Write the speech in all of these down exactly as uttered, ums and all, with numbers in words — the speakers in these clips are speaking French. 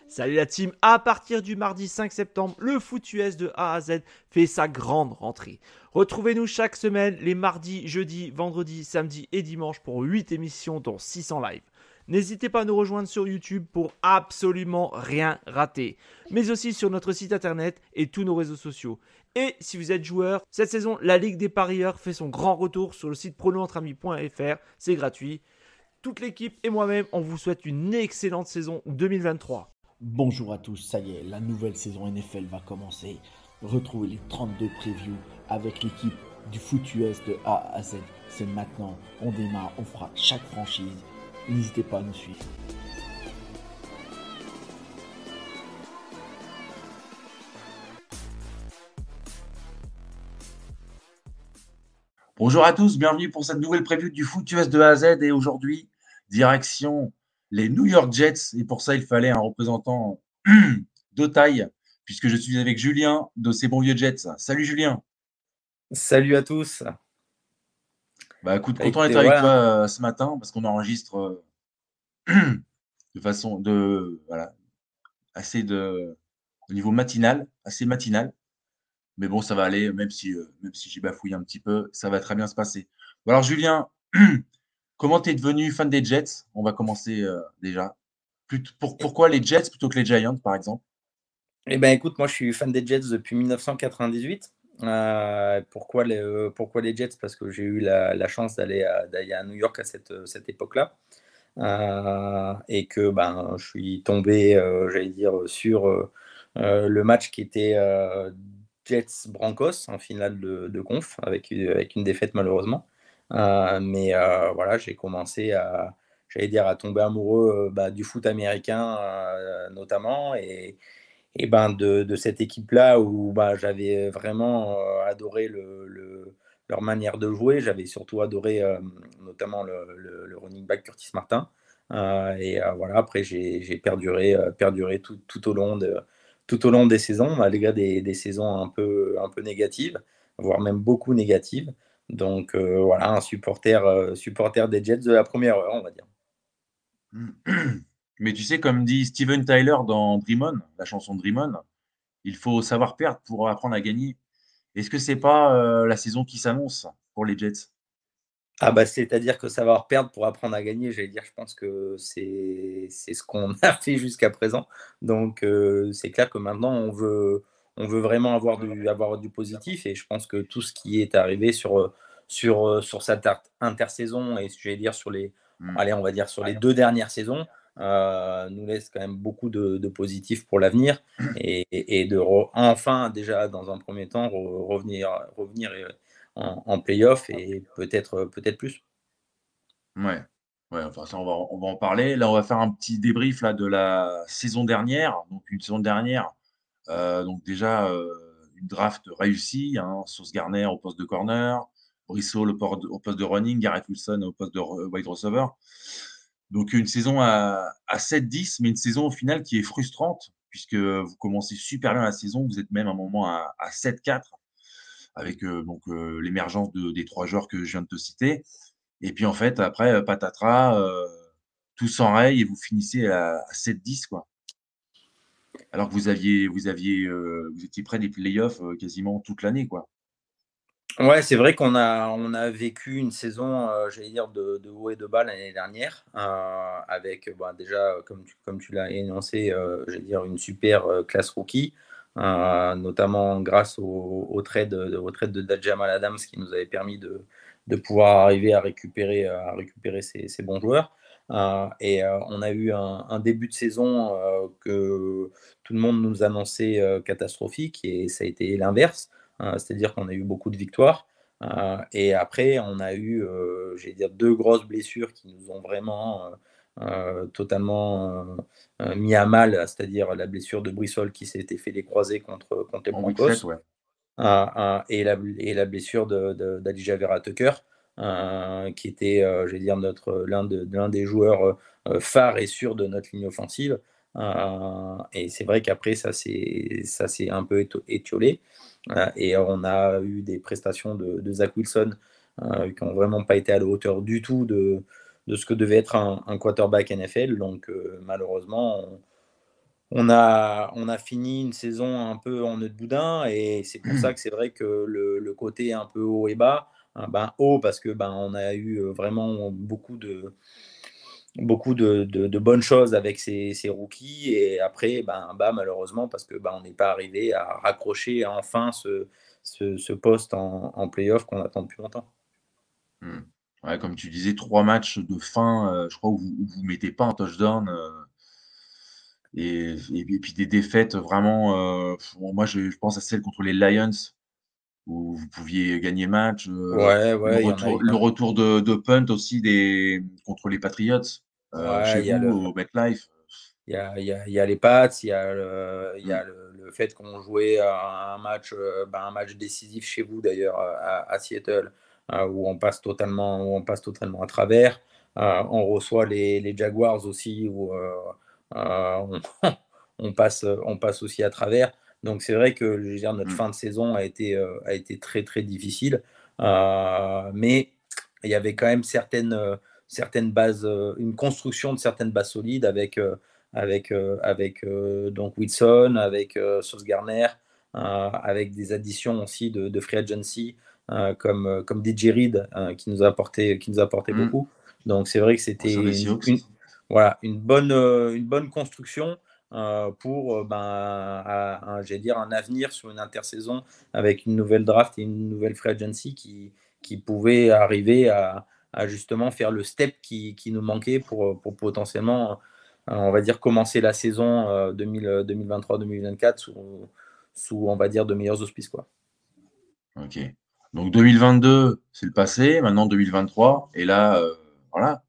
Salut la team, à partir du mardi cinq septembre, le Foot U S de A à Z fait sa grande rentrée. Retrouvez-nous chaque semaine les mardis, jeudis, vendredis, samedis et dimanches pour huit émissions dont six en live. N'hésitez pas à nous rejoindre sur YouTube pour absolument rien rater, mais aussi sur notre site internet et tous nos réseaux sociaux. Et si vous êtes joueur, cette saison, la Ligue des parieurs fait son grand retour sur le site prono entre amis point f r, c'est gratuit. Toute l'équipe et moi-même, on vous souhaite une excellente saison deux mille vingt-trois. Bonjour à tous, ça y est, la nouvelle saison N F L va commencer. Retrouvez les trente-deux previews avec l'équipe du Foot U S de A à Z. C'est maintenant, on démarre, on fera chaque franchise. N'hésitez pas à nous suivre. Bonjour à tous, bienvenue pour cette nouvelle preview du Foot U S de A à Z. Et aujourd'hui, direction les New York Jets. Et pour ça, il fallait un représentant de taille, puisque je suis avec Julien de ces bons vieux Jets. Salut Julien. Salut à tous. Bah écoute, Bah, content écoutez, d'être avec voilà. toi euh, ce matin, parce qu'on enregistre euh, de façon de voilà assez de au niveau matinal, assez matinal. Mais bon, ça va aller, même si euh, même si j'ai bafouillé un petit peu, ça va très bien se passer. Bon, alors Julien, comment t'es devenu fan des Jets? On va commencer euh, déjà. Plut- pour- pourquoi les Jets plutôt que les Giants, par exemple? Eh ben, écoute, moi je suis fan des Jets depuis mille neuf cent quatre-vingt-dix-huit. Euh, pourquoi, les, euh, pourquoi les Jets? Parce que j'ai eu la, la chance d'aller à, d'aller à New York à cette, cette époque-là. Euh, et que ben, je suis tombé, euh, j'allais dire, sur euh, euh, le match qui était euh, Jets-Broncos en finale de, de conf, avec, avec une défaite malheureusement. Euh, mais euh, voilà, j'ai commencé à, j'allais dire, à tomber amoureux euh, bah, du foot américain euh, notamment. Et, et ben de, de cette équipe-là où bah, j'avais vraiment euh, adoré le, le- leur manière de jouer. J'avais surtout adoré euh, notamment le, le- le running back Curtis Martin. Euh, et euh, voilà, après, j'ai j'ai perduré, euh, perduré tout, tout au long de, tout au long des saisons, malgré des, des saisons un peu, un peu négatives, voire même beaucoup négatives. Donc euh, voilà, un supporter, euh, supporter des Jets de la première heure, on va dire. Mais tu sais, comme dit Steven Tyler dans Dream On, la chanson Dream On, il faut savoir perdre pour apprendre à gagner. Est-ce que c'est pas euh, la saison qui s'annonce pour les Jets? Ah bah, c'est-à-dire que savoir perdre pour apprendre à gagner, j'allais dire, je pense que c'est c'est ce qu'on a fait jusqu'à présent. Donc euh, c'est clair que maintenant on veut on veut vraiment avoir du avoir du positif et je pense que tout ce qui est arrivé sur euh, sur euh, sur cette ar- intersaison et j'allais dire sur les Hmm. allez on va dire sur les deux dernières saisons euh, nous laisse quand même beaucoup de, de positif pour l'avenir et, et- et de re- enfin déjà dans un premier temps re- revenir revenir en, en playoff et peut-être peut-être plus. Ouais. Ouais, enfin ça, on va, on va en parler. Là, on va faire un petit débrief là, de la saison dernière. Donc, une saison dernière, euh, donc déjà, euh, une draft réussie, hein, Sauce Gardner au poste de corner, Brissot au poste au poste de running, Garrett Wilson au poste de re- wide receiver. Donc, une saison à, à sept dix, mais une saison au final qui est frustrante, puisque vous commencez super bien la saison. Vous êtes même à un moment à, à sept quatre, avec euh, donc euh, l'émergence de, des trois joueurs que je viens de te citer. Et puis en fait, après, euh, patatras, euh, tout s'enraye et vous finissez à, à sept dix, quoi. Alors que vous aviez, vous aviez, euh, vous étiez près des playoffs euh, quasiment toute l'année, quoi. Ouais, c'est vrai qu'on a, on a vécu une saison, euh, j'allais dire, de, de haut et de bas l'année dernière, euh, avec bah, déjà, euh, comme tu, comme tu l'as énoncé, euh, j'allais dire, une super euh, classe rookie, euh, notamment grâce au, au trade, de, au trade de Jamal Adams qui nous avait permis de, de pouvoir arriver à récupérer, à récupérer ces, ces bons joueurs. Euh, et euh, on a eu un, un début de saison euh, que tout le monde nous annonçait euh, catastrophique et ça a été l'inverse. Euh, c'est-à-dire qu'on a eu beaucoup de victoires. Euh, et après, on a eu, euh, j'ai dire, deux grosses blessures qui nous ont vraiment euh, euh, totalement euh, euh, mis à mal, c'est-à-dire la blessure de Brissol qui s'était fait les croisés contre, contre les En week sept, Broncos, ouais. euh, euh, et, la, et la blessure de, de, d'Alijah Vera Tucker, euh, qui était, euh, je vais dire, notre, l'un, de, l'un des joueurs euh, phares et sûrs de notre ligne offensive. Euh, et c'est vrai qu'après, ça s'est, ça s'est un peu éto- étiolé. Euh, et on a eu des prestations de, de Zach Wilson euh, qui n'ont vraiment pas été à la hauteur du tout de, de ce que devait être un, un quarterback N F L. Donc, euh, malheureusement, on a, on a fini une saison un peu en nœud de boudin et c'est pour ça que c'est vrai que le, le côté un peu haut et bas, hein, ben, haut parce que ben, on a eu vraiment beaucoup de, beaucoup de, de, de bonnes choses avec ces, ces rookies et après, ben, bas malheureusement parce que ben, on n'est pas arrivé à raccrocher enfin ce, ce, ce poste en, en playoff qu'on attend depuis longtemps. Hmm. Ouais, comme tu disais, trois matchs de fin, euh, je crois, où vous où vous mettez pas un touchdown. euh, et, et, et puis des défaites vraiment. euh, bon, moi, je, je pense à celle contre les Lions, où vous pouviez gagner match. euh, Ouais, le ouais, il y en a, retour, il y le en- retour de, de punt aussi des, contre les Patriots, euh, chez ouais, il y a vous, le, au MetLife. Il y a, il y a- il y a les Pats, il y a le, il y Hmm. a le, le fait qu'on jouait à un match, euh, ben, un match décisif chez vous d'ailleurs à, à Seattle, euh, où on passe totalement, où on passe totalement à travers. Euh, on reçoit les, les Jaguars aussi, où euh, euh, on, on passe, on passe aussi à travers. Donc c'est vrai que je veux dire, notre Hmm. fin de saison a été, euh, a été très très difficile. Euh, mais il y avait quand même certaines, euh, certaines bases, euh, une construction de certaines bases solides avec. euh, avec, euh, avec euh, donc Wilson, avec euh, Sauce Garner, euh, avec des additions aussi de, de free agency euh, comme, euh, comme D J Reed euh, qui, nous a apporté, qui nous a apporté Hmm. beaucoup. Donc c'est vrai que Sur les c'était une, Seahawks. une- voilà, une, bonne, euh, une bonne construction euh, pour euh, ben, à- un, j'allais dire un avenir sur une intersaison avec une nouvelle draft et une nouvelle free agency qui, qui pouvait arriver à, à justement faire le step qui, qui nous manquait pour, pour potentiellement euh, on va dire, commencer la saison euh, deux mille deux mille vingt-trois deux mille vingt-quatre sous, sous, on va dire, de meilleurs auspices, quoi. Ok. Donc deux mille vingt-deux, c'est le passé. Maintenant deux mille vingt-trois. Et là, euh, voilà,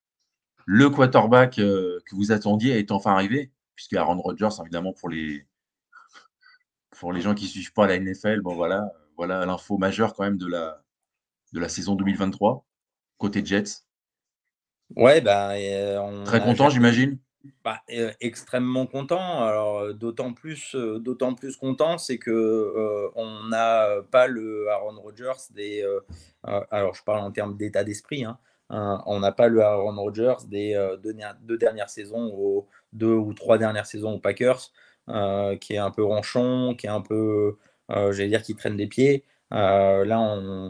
le quarterback euh, que vous attendiez est enfin arrivé, puisque Aaron Rodgers, évidemment, pour les, pour les gens qui ne suivent pas la N F L, bon voilà, euh, voilà l'info majeure quand même de la, de la saison deux mille vingt-trois, côté Jets. Ouais, bah, euh, on Très n'a content, jamais j'imagine. bah, euh, extrêmement content. Alors, euh, d'autant plus, euh, d'autant plus content, c'est que euh, on n'a pas le Aaron Rodgers des. Euh, euh, alors, je parle en termes d'état d'esprit. Hein, hein, on n'a pas le Aaron Rodgers des euh, deux, deux dernières saisons, aux deux ou trois dernières saisons aux Packers, euh, qui est un peu ronchon, qui est un peu, euh, j'allais dire, qui traîne des pieds. Euh, là,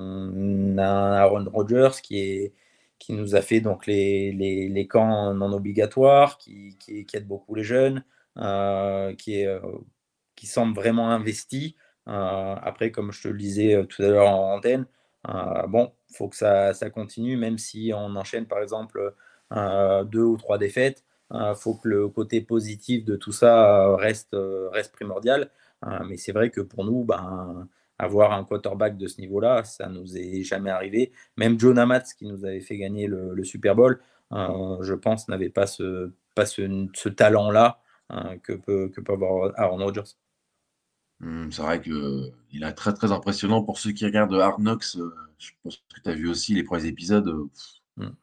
on a un Aaron Rodgers qui est qui nous a fait donc les, les, les camps non obligatoires, qui, qui, qui aide beaucoup les jeunes, euh, qui, est, euh, qui semble vraiment investi. Euh, après, comme je te le disais euh, tout à l'heure en antenne, euh, bon, il faut que ça, ça continue, même si on enchaîne par exemple euh, deux ou trois défaites. Il euh, faut que le côté positif de tout ça euh, reste, euh, reste primordial. Euh, mais c'est vrai que pour nous, ben, avoir un quarterback de ce niveau-là, ça nous est jamais arrivé. Même Joe Namath, qui nous avait fait gagner le, le Super Bowl, euh, je pense, n'avait pas ce, pas ce, ce talent-là hein, que, peut, que peut avoir Aaron Rodgers. Hum, c'est vrai que il est très très impressionnant pour ceux qui regardent Hard Knocks. euh, je pense que tu as vu aussi les premiers épisodes. euh, Mm.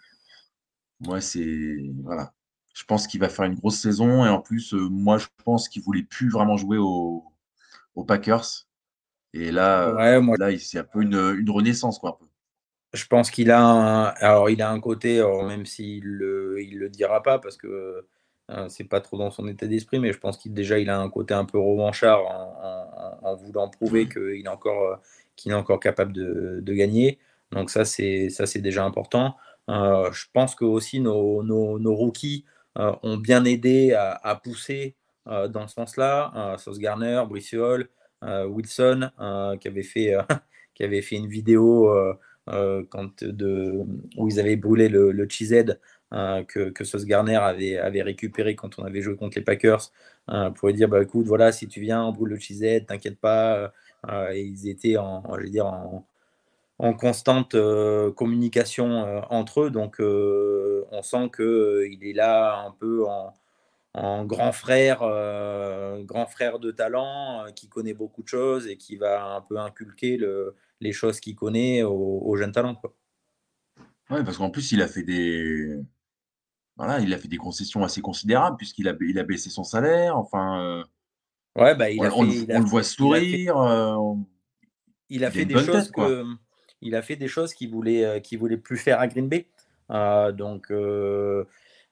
moi, c'est voilà. Je pense qu'il va faire une grosse saison et en plus, euh, moi, je pense qu'il voulait plus vraiment jouer aux, aux Packers. Et là, euh, Ouais, moi, là, il- c'est un peu une, une renaissance, quoi, un peu. je pense qu'il a un, alors il a un côté, alors, même s'il le, il le dira pas parce que euh, c'est pas trop dans son état d'esprit, mais je pense qu'il déjà il a un côté un peu revanchard en, en- en voulant prouver Ouais. qu'il est encore, euh, qu'il est encore capable de, de gagner. Donc ça c'est ça c'est déjà important. Euh, je pense que aussi nos, nos, nos rookies euh, ont bien aidé à, à pousser euh, dans ce sens-là. Euh, Sauce Garner, Brice Hall, euh, Wilson, euh, qui avait fait euh, qui avait fait une vidéo. Euh, euh, quand de, où ils avaient brûlé le, le Cheesehead euh, que, que Sauce Garner avait, avait récupéré quand on avait joué contre les Packers euh, pour lui dire bah, écoute, voilà, si tu viens, on brûle le Cheesehead, t'inquiète pas. Euh, et ils étaient en, je veux dire, en, en constante euh, communication euh, entre eux. Donc, euh, on sent qu'il euh, il est là un peu en, en grand frère, euh, grand frère de talent, euh, qui connaît beaucoup de choses et qui va un peu inculquer le, les choses qu'il connaît aux, aux jeunes talents, quoi. Ouais, parce qu'en plus, il a fait des, voilà, il a fait des concessions assez considérables puisqu'il a, il a baissé son salaire. Enfin, euh, Ouais, bah, il on, a on le, fait, il on a, le voit il a fait, sourire. euh, on- il a il a fait une des bonne choses tête, quoi. que, il a fait des choses qu'il voulait, euh, qu'il voulait plus faire à Green Bay. Euh, donc, euh,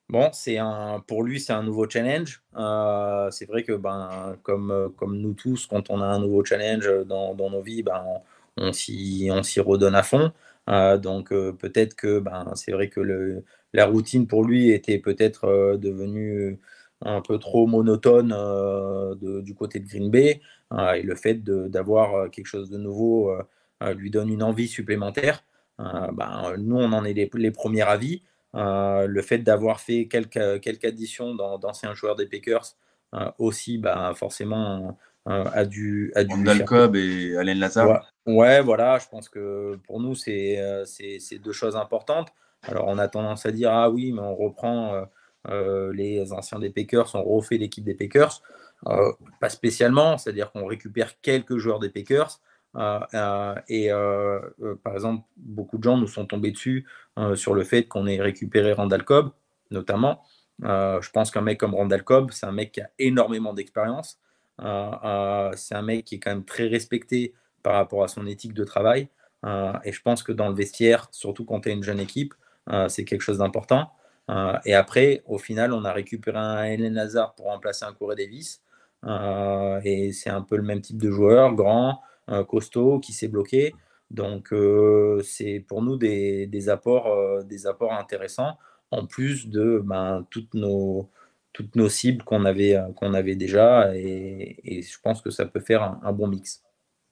Bon, c'est un, pour lui, c'est un nouveau challenge. Euh, c'est vrai que, ben, comme, comme nous tous, quand on a un nouveau challenge dans, dans nos vies, ben, on, on s'y, on s'y redonne à fond. Euh, donc, euh, peut-être que ben, c'est vrai que le, la routine pour lui était peut-être euh, devenue un peu trop monotone euh, de- du côté de Green Bay. Euh, et le fait de- d'avoir euh, quelque chose de nouveau euh, euh, lui donne une envie supplémentaire. Euh, ben, nous, on en est les, les premiers avis. Euh, le fait d'avoir fait quelques, quelques additions dans- d'anciens joueurs des Packers euh, aussi, bah, forcément, euh, a, dû, a dû lui Randall faire plaisir. Cobb et Allen Ouais, Lazard. ouais, voilà, je pense que pour nous, c'est euh, c'est c'est deux choses importantes. Alors, on a tendance à dire, ah oui, mais on reprend euh, euh, les anciens des Packers, on refait l'équipe des Packers. Euh, pas spécialement, c'est-à-dire qu'on récupère quelques joueurs des Packers. Euh, euh, et euh, euh, par exemple, beaucoup de gens nous sont tombés dessus euh, sur le fait qu'on ait récupéré Randall Cobb, notamment. Euh, je pense qu'un mec comme Randall Cobb, c'est un mec qui a énormément d'expérience. Euh, euh, c'est un mec qui est quand même très respecté par rapport à son éthique de travail. Euh, et je pense que dans le vestiaire, surtout quand tu es une jeune équipe, euh, c'est quelque chose d'important. Euh, et après, au final, on a récupéré un Allen Lazard pour remplacer un Corey Davis. Euh, et c'est un peu le même type de joueur, grand, euh, costaud, qui s'est bloqué. Donc, euh, c'est pour nous des, des apports, euh, des apports intéressants, en plus de ben, toutes nos, toutes nos cibles qu'on avait, qu'on avait déjà. Et, et je pense que ça peut faire un, un bon mix.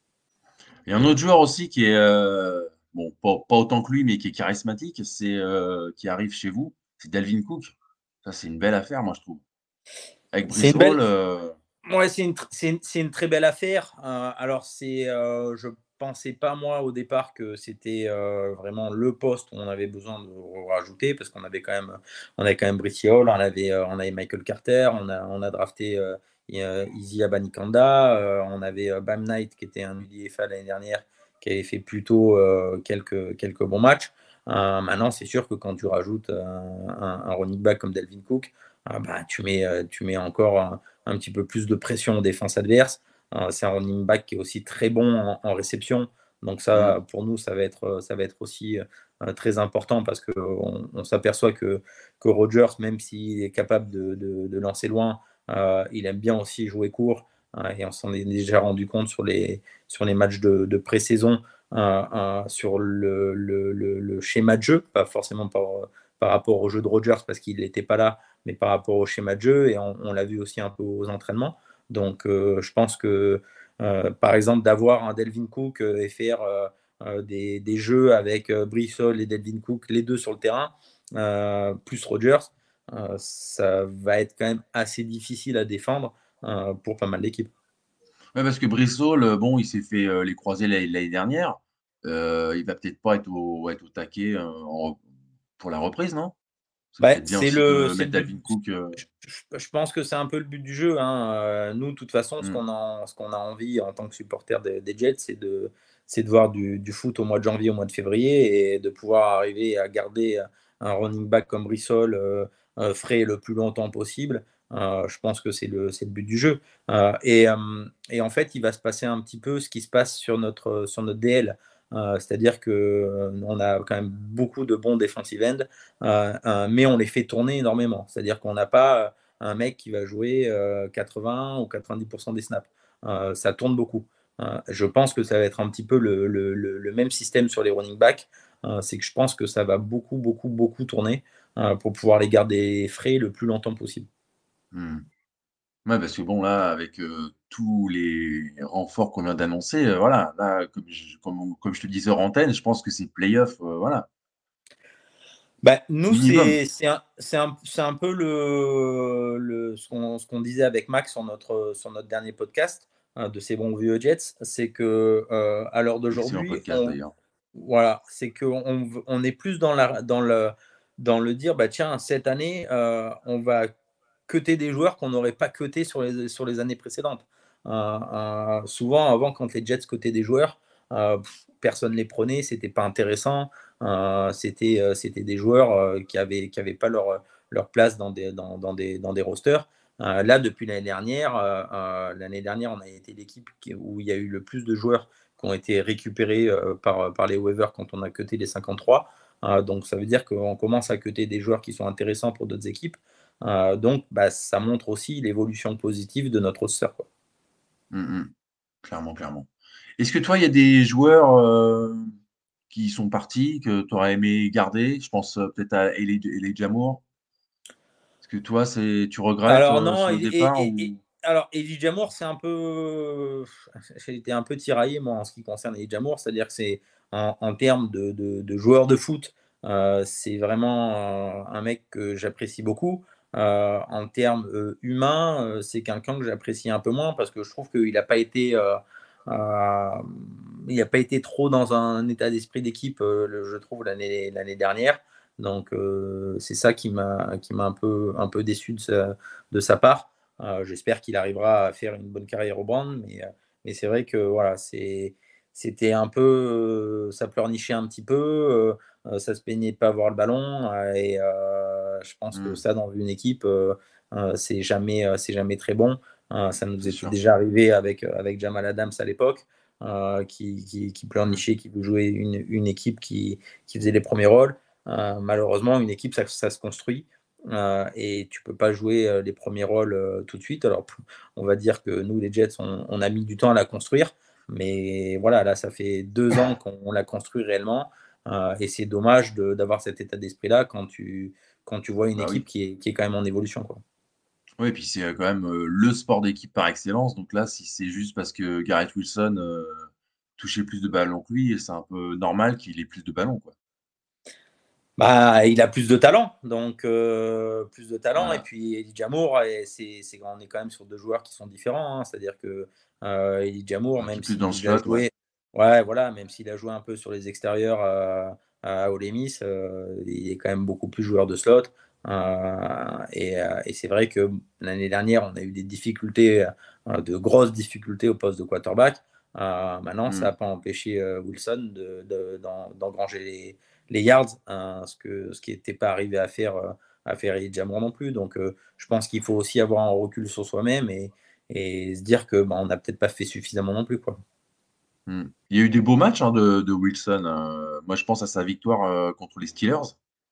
Et un autre joueur aussi qui est, euh, bon, pas, pas autant que lui, mais qui est charismatique, c'est euh, qui arrive chez vous, c'est Dalvin Cook. Ça, c'est une belle affaire, moi, je trouve. Avec C'est Breece une belle, Hall, euh, ouais, c'est une, tr- c'est une, c'est une très belle affaire. Euh, alors, c'est, euh, je pensais pas moi au départ que c'était euh, vraiment le poste où on avait besoin de rajouter parce qu'on avait quand même, on avait quand même Brice Hall, on avait, euh, on avait Michael Carter, on a, on a drafté euh, euh, Izzy Abanikanda, euh, on avait euh, Bam Knight qui était un U D F A l'année dernière qui avait fait plutôt euh, quelques, quelques bons matchs. Euh, maintenant, c'est sûr que quand tu rajoutes euh, un, un running back comme Dalvin Cook, ah bah, tu mets, euh, tu mets encore un, un petit peu plus de pression en défense adverse. Euh, c'est un running back qui est aussi très bon en, en réception. Donc hmm. ça, pour nous, ça va être, ça va être aussi euh, très important parce qu'on on, s'aperçoit que, que Rodgers, même s'il est capable de, de, de lancer loin, euh, il aime bien aussi jouer court. Euh, et on s'en est déjà rendu compte sur les, sur les matchs de, de pré-saison, euh, euh, sur le, le, le, le, schéma de jeu, pas forcément par, par rapport au jeu de Rodgers parce qu'il n'était pas là, mais par rapport au schéma de jeu, et on, on l'a vu aussi un peu aux entraînements. Donc, euh, je pense que, euh, par exemple, d'avoir un Delvin Cook euh, et faire euh, euh, des, des, jeux avec euh, Breece Hall et Delvin Cook, les deux sur le terrain, euh, plus Rodgers, euh, ça va être quand même assez difficile à défendre euh, pour pas mal d'équipes. Ouais, parce que Breece Hall, euh, bon, il s'est fait euh, les croisés l'année l'année dernière. Euh, il va peut-être pas être au, être au taquet euh, en- pour la reprise, non? C'est Bah, peut-être bien c'est aussi le, de c'est mettre le but. Dalvin Cook. euh, Je, je- je pense que c'est un peu le but du jeu, hein. Euh, nous, de toute façon, ce hmm. qu'on a, ce qu'on a envie en tant que supporter des, des Jets, c'est de, c'est de voir du, du foot au mois de janvier, au mois de février, et de pouvoir arriver à garder un running back comme Brissol euh, euh, frais le plus longtemps possible. Euh, je pense que c'est le, c'est le but du jeu. Euh, et, euh, et en fait, il va se passer un petit peu ce qui se passe sur notre, sur notre D L. Euh, c'est-à-dire que euh, on a quand même beaucoup de bons defensive ends, euh, euh, mais on les fait tourner énormément. C'est-à-dire qu'on n'a pas un mec qui va jouer euh, quatre-vingts ou quatre-vingt-dix pour cent des snaps. Euh, ça tourne beaucoup. Euh, je pense que ça va être un petit peu le, le, le, le même système sur les running backs. Euh, c'est que je pense que ça va beaucoup, beaucoup, beaucoup tourner euh, pour pouvoir les garder frais le plus longtemps possible. Hmm. Ouais, parce que bon, là, avec euh, tous les renforts qu'on vient d'annoncer, euh, voilà, là, comme je, comme, on- comme je te disais hors antenne, je pense que c'est playoff, euh, voilà, Bah, nous, minimum. c'est c'est un, c'est un, c'est un peu le, le, ce qu'on ce qu'on disait avec Max sur notre, sur notre dernier podcast hein, de ces bons vieux Jets, c'est que euh, à l'heure Excellent d'aujourd'hui, podcast on, d'ailleurs. voilà, c'est qu'on v- on est plus dans, la, dans, le, dans le dire, bah, tiens, cette année, euh, on va cuter des joueurs qu'on n'aurait pas cutés sur les, sur les années précédentes. Euh, euh, souvent, avant, quand les Jets cutaient des joueurs, euh, pff, personne ne les prenait, c'était pas intéressant. Euh, c'était, euh, c'était des joueurs euh, qui n'avaient qui avaient pas leur, leur place dans des, dans, dans des, dans des rosters. Euh, là, depuis l'année dernière, euh, euh, l'année dernière, on a été l'équipe qui- où il y a eu le plus de joueurs qui ont été récupérés euh, par, par les waivers quand on a cuté les cinquante-trois. Euh, donc, ça veut dire qu'on commence à cuter des joueurs qui sont intéressants pour d'autres équipes. Euh, donc, bah, ça montre aussi l'évolution positive de notre roster, quoi. Mmh mh. Clairement, clairement. Est-ce que toi, il y a des joueurs, heu, qui sont partis, que tu aurais aimé garder? Je pense, heu, peut-être à Elij Elijah Moore. Est-ce que toi, c'est tu regrettes, Alors heu, non, ce et, départ et, et, et- ou alors Elijah Moore, c'est un peu, j'ai été un peu tiraillé moi en ce qui concerne Elijah Moore, c'est-à-dire que c'est en, en termes de, de, de joueur de foot, euh, c'est vraiment euh, un mec que j'apprécie beaucoup. Euh, en termes euh, humains, euh, c'est quelqu'un que j'apprécie un peu moins parce que je trouve qu'il n'a pas été, euh, euh, il n'a pas été trop dans un état d'esprit d'équipe, euh, le- je trouve l'année l'année dernière. Donc euh, c'est ça qui m'a qui m'a un peu un peu déçu de sa, de sa part. Euh, j'espère qu'il arrivera à faire une bonne carrière au Brand, mais, euh, mais c'est vrai que voilà, c'est, c'était un peu, euh, ça pleurnichait un petit peu, euh, euh, ça se peignait de pas avoir le ballon, euh, et euh, je pense que mmh, ça dans une équipe, euh, euh, c'est jamais, euh, c'est jamais très bon. Euh, ça nous c'est était sûr. déjà arrivé avec, avec Jamal Adams à l'époque, euh, qui, qui, qui pleurnichait, qui veut jouer une, une équipe qui, qui faisait les premiers rôles. Euh, malheureusement, une équipe, ça, ça se construit. Euh, et tu peux pas jouer euh, les premiers rôles euh, tout de suite. Alors, on va dire que nous, les Jets, on, on a mis du temps à la construire. Mais voilà, là, ça fait deux ans qu'on l'a construit réellement. Euh, et c'est dommage de- d'avoir cet état d'esprit-là quand tu, quand tu vois une Bah équipe oui. qui est, qui est quand même en évolution, quoi. Oui, et puis c'est, heu, quand même, heu, le sport d'équipe par excellence. Donc là, si c'est juste parce que Garrett Wilson, heu, touchait plus de ballons que lui, c'est un peu normal qu'il ait plus de ballons, quoi. Bah, il a plus de talent, donc euh, plus de talent. Et Voilà. puis Elijah Moore, et c'est, c'est, on est quand même sur deux joueurs qui sont différents, hein. C'est-à-dire que euh, Elijah Moore, Un petit même plus dans le s'il a slot, ouais. joué, ouais, voilà, même s'il a joué un peu sur les extérieurs euh, à Ole Miss, euh, il est quand même beaucoup plus joueur de slot. Euh, et, euh, et c'est vrai que l'année dernière, on a eu des difficultés, euh, de grosses difficultés au poste de quarterback. Euh, maintenant, ça Mmh. n'a pas empêché euh, Wilson de, de- d'en- d'engranger les les yards, hein, ce, que, ce qui n'était pas arrivé à faire, euh, à faire Elijah Moore non plus. Donc, euh, je pense qu'il faut aussi avoir un recul sur soi-même et, et se dire que bah, on n'a peut-être pas fait suffisamment non plus, quoi. Mmh. Il y a eu des beaux matchs, hein, de de Wilson, heu, moi je pense à sa victoire, heu, contre les Steelers,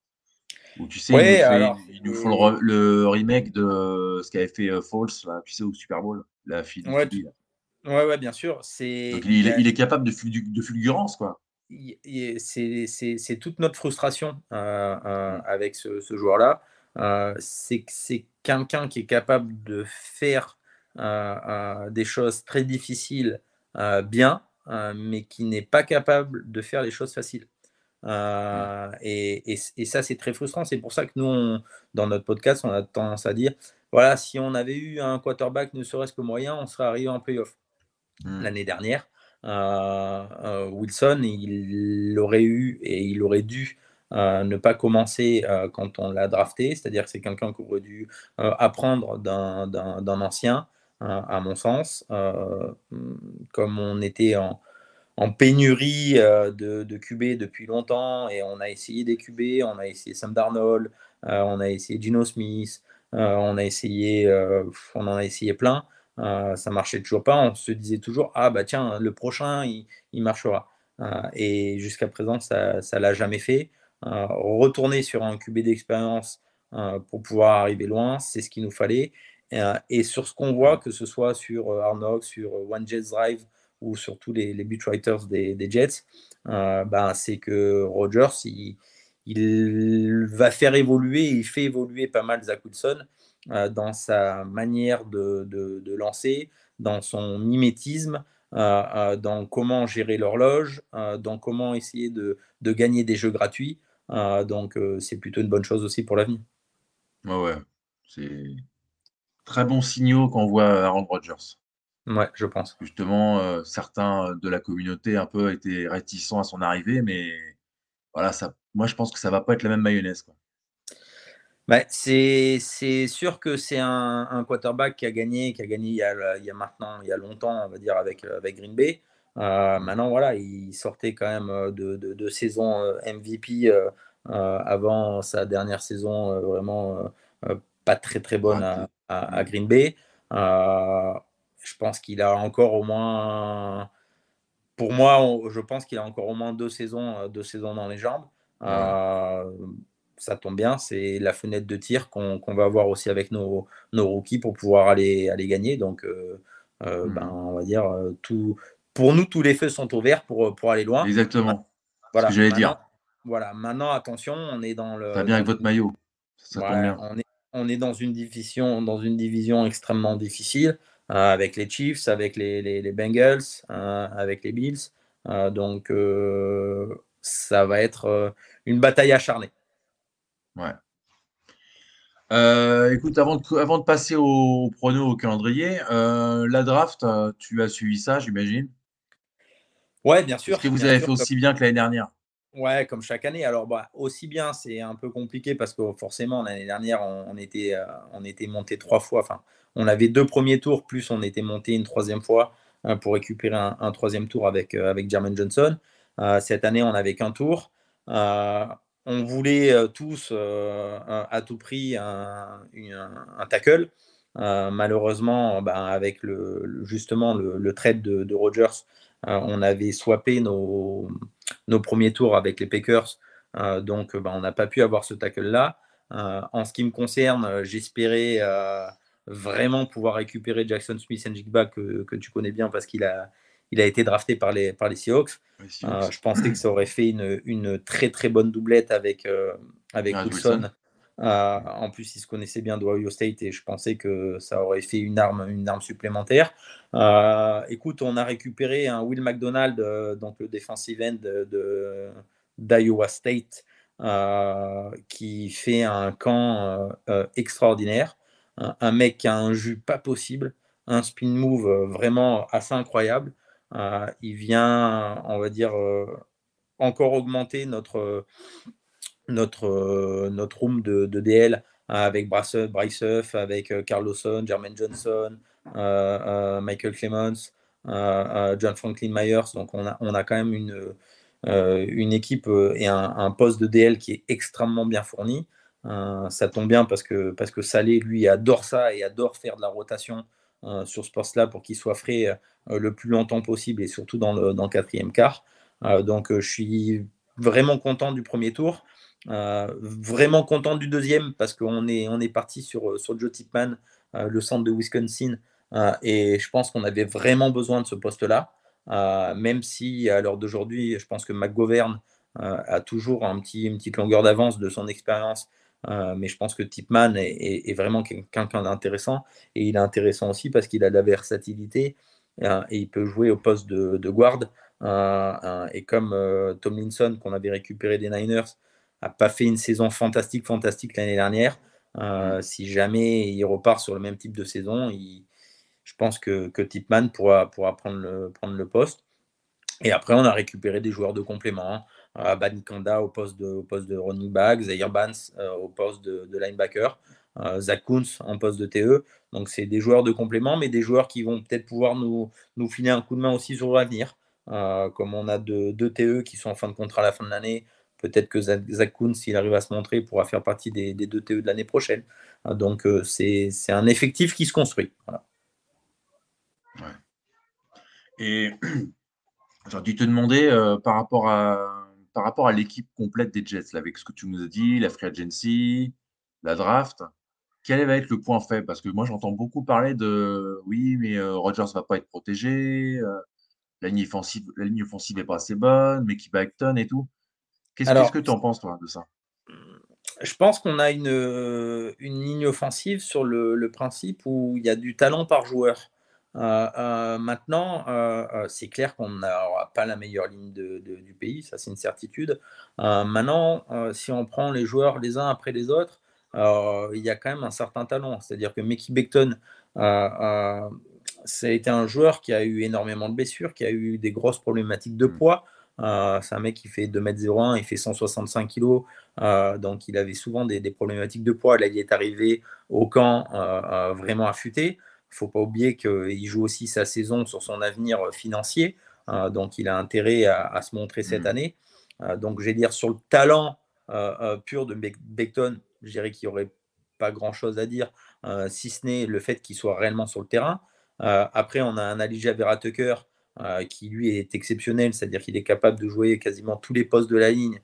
où tu sais, il nous Ouais, fait alors il nous faut le c'est re le remake de ce qu'avait fait, heu, Foles là, tu sais, au Super Bowl, la fille du ouais, Q B tout- là. ouais, ouais, bien sûr. Donc C'est il est bah, il est capable de fulgu de fulgurance, quoi. il- il- c'est c'est- c'est toute notre frustration euh, euh, Mmh. avec ce, ce joueur-là. Euh, c'est que c'est quelqu'un qui est capable de faire euh, euh, des choses très difficiles euh, bien, euh, mais qui n'est pas capable de faire les choses faciles. Mmh. Euh, et, et- et ça, c'est très frustrant. C'est pour ça que nous, on- dans notre podcast, on a tendance à dire, voilà, si on avait eu un quarterback ne serait-ce que moyen, on serait arrivé en playoff Mmh. l'année dernière. Euh, euh, Wilson, il aurait eu et il aurait dû euh, ne pas commencer euh, quand on l'a drafté, c'est-à-dire que c'est quelqu'un qui aurait dû euh, apprendre d'un, d'un, d'un ancien, euh, à mon sens. Euh, comme on était en, en pénurie euh, de, de Q B depuis longtemps et on a essayé des Q B, on a essayé Sam Darnold, euh, on a essayé Gino Smith, euh, on a essayé, euh, on en a essayé plein. Euh, ça marchait toujours pas. On se disait toujours ah bah tiens le prochain il, il marchera. Euh, et jusqu'à présent ça ça l'a jamais fait. Euh, retourner sur un Q B d'expérience euh, pour pouvoir arriver loin, c'est ce qu'il nous fallait. Euh, et sur ce qu'on voit, Mmh. que ce soit sur euh, Arnox, sur euh, One Jets Drive ou surtout les, les beat writers des, des Jets, euh, ben, c'est que Rodgers, il, il va faire évoluer, il fait évoluer pas mal Zach Wilson euh, dans sa manière de, de, de, lancer, dans son mimétisme, euh, euh, dans comment gérer l'horloge, euh, dans comment essayer de, de, gagner des jeux gratuits. Euh, donc, euh, c'est plutôt une bonne chose aussi pour l'avenir. Ouais, ouais, c'est très bons signaux qu'envoie Aaron Rodgers. Ouais, je pense. Justement, heu, certains de la communauté un peu étaient réticents à son arrivée, mais voilà, ça moi je pense que ça va pas être la même mayonnaise, quoi. Bah, c'est c'est sûr que c'est un un quarterback qui a gagné qui a gagné il y a il y a maintenant il y a longtemps, on va dire avec, heu, avec Green Bay. Heu, Mmh. maintenant voilà, il sortait quand même, heu, de de de saisons, heu, M V P, heu heu, avant sa dernière saison, heu, vraiment, heu heu, pas très, très bonne à Raté. à à Mmh. Green Bay. Heu, je pense qu'il a encore au moins pour moi, on je pense qu'il a encore au moins deux saisons, heu, deux saisons dans les jambes. Euh, ça tombe bien, c'est la fenêtre de tir qu'on qu'on va avoir aussi avec nos, nos rookies pour pouvoir aller, aller gagner. Donc, euh, euh, ben, Mhm. on va dire, euh, tout, pour nous, tous les feux sont ouverts pour, pour aller loin. Exactement. C'est ce que Voilà, j'allais maintenant, dire. voilà, maintenant attention, on est dans Ça va le bien dans avec votre une maillot. Ça, ça tombe ouais, bien. on est on est dans une division dans une division extrêmement difficile euh, avec les Chiefs, avec les, les, les Bengals, euh, avec les Bills. Euh, donc euh, ça va être euh, une bataille acharnée. Ouais. Euh, écoute, avant de, avant de passer au, au prono, au calendrier, euh, la draft, euh, tu as suivi ça, j'imagine. Ouais, bien Est-ce sûr, que vous bien avez sûr. fait aussi bien que l'année dernière? Ouais, comme chaque année. Alors, bah, aussi bien, c'est un peu compliqué parce que forcément, l'année dernière, on, on était, euh, on était monté trois fois. Enfin, on avait deux premiers tours, plus on était monté une troisième fois euh, pour récupérer un, un troisième tour avec, euh, avec Jermaine Johnson. Euh, cette année, on n'avait qu'un tour. Euh, on voulait euh, tous, euh, un- à tout prix, un, une- un- un tackle. Euh, malheureusement, ben, avec le, le- justement le, le trade de, de Rodgers, euh, on avait swappé nos nos premiers tours avec les Packers. Euh, donc, ben, on n'a pas pu avoir ce tackle-là. Euh, en ce qui me concerne, euh, j'espérais euh, vraiment pouvoir récupérer Jackson Smith-Njigba que, que tu connais bien parce qu'il a, il a été drafté par les, par les Seahawks. Les Euh, Seahawks. je pensais que ça aurait fait une, une très très bonne doublette avec, euh, avec Garrett Wilson. Wilson. Euh, en plus, il se connaissait bien d'Ohio State et je pensais que ça aurait fait une arme, une arme supplémentaire. Euh, écoute, on a récupéré un Will McDonald, euh, donc le defensive end de, de- d'Iowa State, euh, qui fait un camp euh, euh, extraordinaire. Un, un mec qui a un jus pas possible, un spin move euh, vraiment assez incroyable. Euh, il vient, on va dire, euh, encore augmenter notre, notre, euh, notre room de, de D L avec Bryce, Bryce Huff, avec euh, Carl Lawson, Jermaine Johnson, euh, euh, Michael Clemens, euh, euh, John Franklin Myers. Donc on a, on a quand même une, euh, une équipe euh, et un, un poste de D L qui est extrêmement bien fourni. Euh, ça tombe bien parce que, parce que Salé, lui, adore ça et adore faire de la rotation euh, sur ce poste-là pour qu'il soit frais euh, le plus longtemps possible et surtout dans le, dans le quatrième quart. Euh, donc euh, je suis vraiment content du premier tour. Euh, vraiment content du deuxième parce qu'on est, on est parti sur, sur Joe Tipman, euh, le centre de Wisconsin, euh, et je pense qu'on avait vraiment besoin de ce poste-là, euh, même si à l'heure d'aujourd'hui, je pense que McGovern euh, a toujours un petit, une petite longueur d'avance de son expérience, euh, mais je pense que Tipman est, est, est vraiment quelqu'un d'intéressant, et il est intéressant aussi parce qu'il a de la versatilité euh, et il peut jouer au poste de, de guard. Euh, euh, et comme euh, Tomlinson, qu'on avait récupéré des Niners, n'a pas fait une saison fantastique, fantastique l'année dernière. Euh, Mm. si jamais il repart sur le même type de saison, il, je pense que, que Tipman pourra, pourra prendre, le, prendre le poste. Et après, on a récupéré des joueurs de complément. Euh, Banikanda au poste de, au poste de running back, Zaire Bans euh, au poste de, de linebacker, euh, Zach Kuntz en poste de T E. Donc, c'est des joueurs de complément, mais des joueurs qui vont peut-être pouvoir nous, nous filer un coup de main aussi sur l'avenir. Euh, comme on a deux, deux T E qui sont en fin de contrat à la fin de l'année, peut-être que Zach, Zach Kuntz, s'il arrive à se montrer, pourra faire partie des, des deux T E de l'année prochaine. Euh, donc, euh, c'est, c'est un effectif qui se construit. Voilà. Ouais. Et j'ai dû te demander euh, par rapport à, par rapport à l'équipe complète des Jets, là, avec ce que tu nous as dit, la free agency, la draft, quel va être le point faible? Parce que moi, j'entends beaucoup parler de oui, mais euh, Rodgers va pas être protégé, euh, la ligne offensive, la ligne offensive est pas assez bonne, mais qui Becton et tout. Qu'est-ce, qu'est-ce Alors, que tu en penses, toi, de ça? je pense qu'on a une, euh, une ligne offensive sur le, le principe où il y a du talent par joueur. Euh, euh, maintenant, euh, euh, c'est clair qu'on n'aura pas la meilleure ligne de, de- du pays, ça c'est une certitude. Euh, maintenant, euh, si on prend les joueurs les uns après les autres, euh, il y a quand même un certain talent. C'est-à-dire que Mickey Becton, euh, euh, ça a été un joueur qui a eu énormément de blessures, qui a eu des grosses problématiques de Hmm. poids. Euh, c'est un mec qui fait deux mètres zéro un, il fait cent soixante-cinq kilos. Euh, donc, il avait souvent des, des, problématiques de poids. Là, il est arrivé au camp euh, euh, vraiment affûté. Il ne faut pas oublier qu'il joue aussi sa saison sur son avenir financier. Euh, donc, il a intérêt à, à se montrer cette Hmm. année. Euh, donc, je vais dire sur le talent euh, euh, pur de Becton, je dirais qu'il n'y aurait pas grand-chose à dire, euh, si ce n'est le fait qu'il soit réellement sur le terrain. Euh, après, on a un Alijah Vera-Tucker euh, qui, lui, est exceptionnel, c'est-à-dire qu'il est capable de jouer quasiment tous les postes de la ligne.